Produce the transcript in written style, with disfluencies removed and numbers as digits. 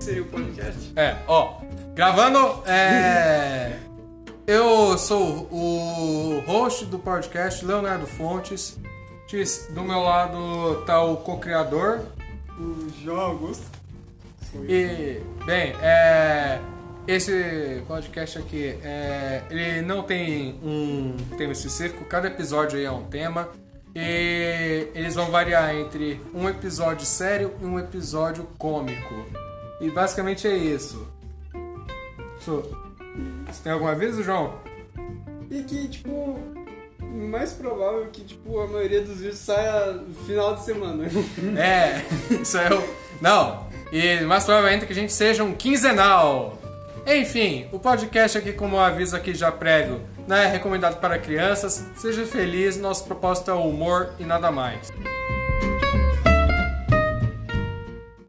seria o podcast? Gravando, eu sou o host do podcast, Leonardo Fontes. Do meu lado tá o co-criador, O João Augusto. e, bem, esse podcast aqui, ele não tem um tema específico, cada episódio aí é um tema, e eles vão variar entre um episódio sério e um episódio cômico. E basicamente é isso. Você tem algum aviso, João? E que, mais provável que, a maioria dos vídeos saia no final de semana. Isso é o... Não, e mais provavelmente que a gente seja um quinzenal. Enfim, o podcast aqui, como aviso aqui já prévio, não é recomendado para crianças. Seja feliz, nosso propósito é o humor e nada mais.